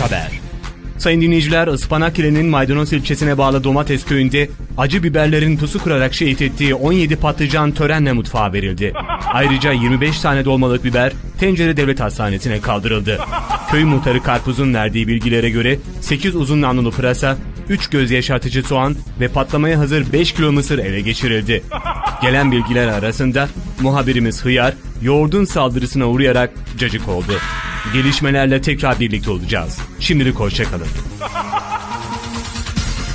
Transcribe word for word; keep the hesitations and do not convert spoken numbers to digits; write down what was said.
Haber. Sayın dinleyiciler, Ispanakle'nin Maydanoz ilçesine bağlı Domates köyünde acı biberlerin pusu kurarak şehit ettiği on yedi patlıcan törenle mutfağa verildi. Ayrıca yirmi beş tane dolmalık biber Tencere Devlet Hastanesi'ne kaldırıldı. Köy muhtarı Karpuz'un verdiği bilgilere göre sekiz uzun namlulu pırasa, üç göz yaşartıcı soğan ve patlamaya hazır beş kilo mısır ele geçirildi. Gelen bilgiler arasında muhabirimiz Hıyar, yoğurdun saldırısına uğrayarak cacık oldu. Gelişmelerle tekrar birlikte olacağız. Şimdilik hoşça kalın.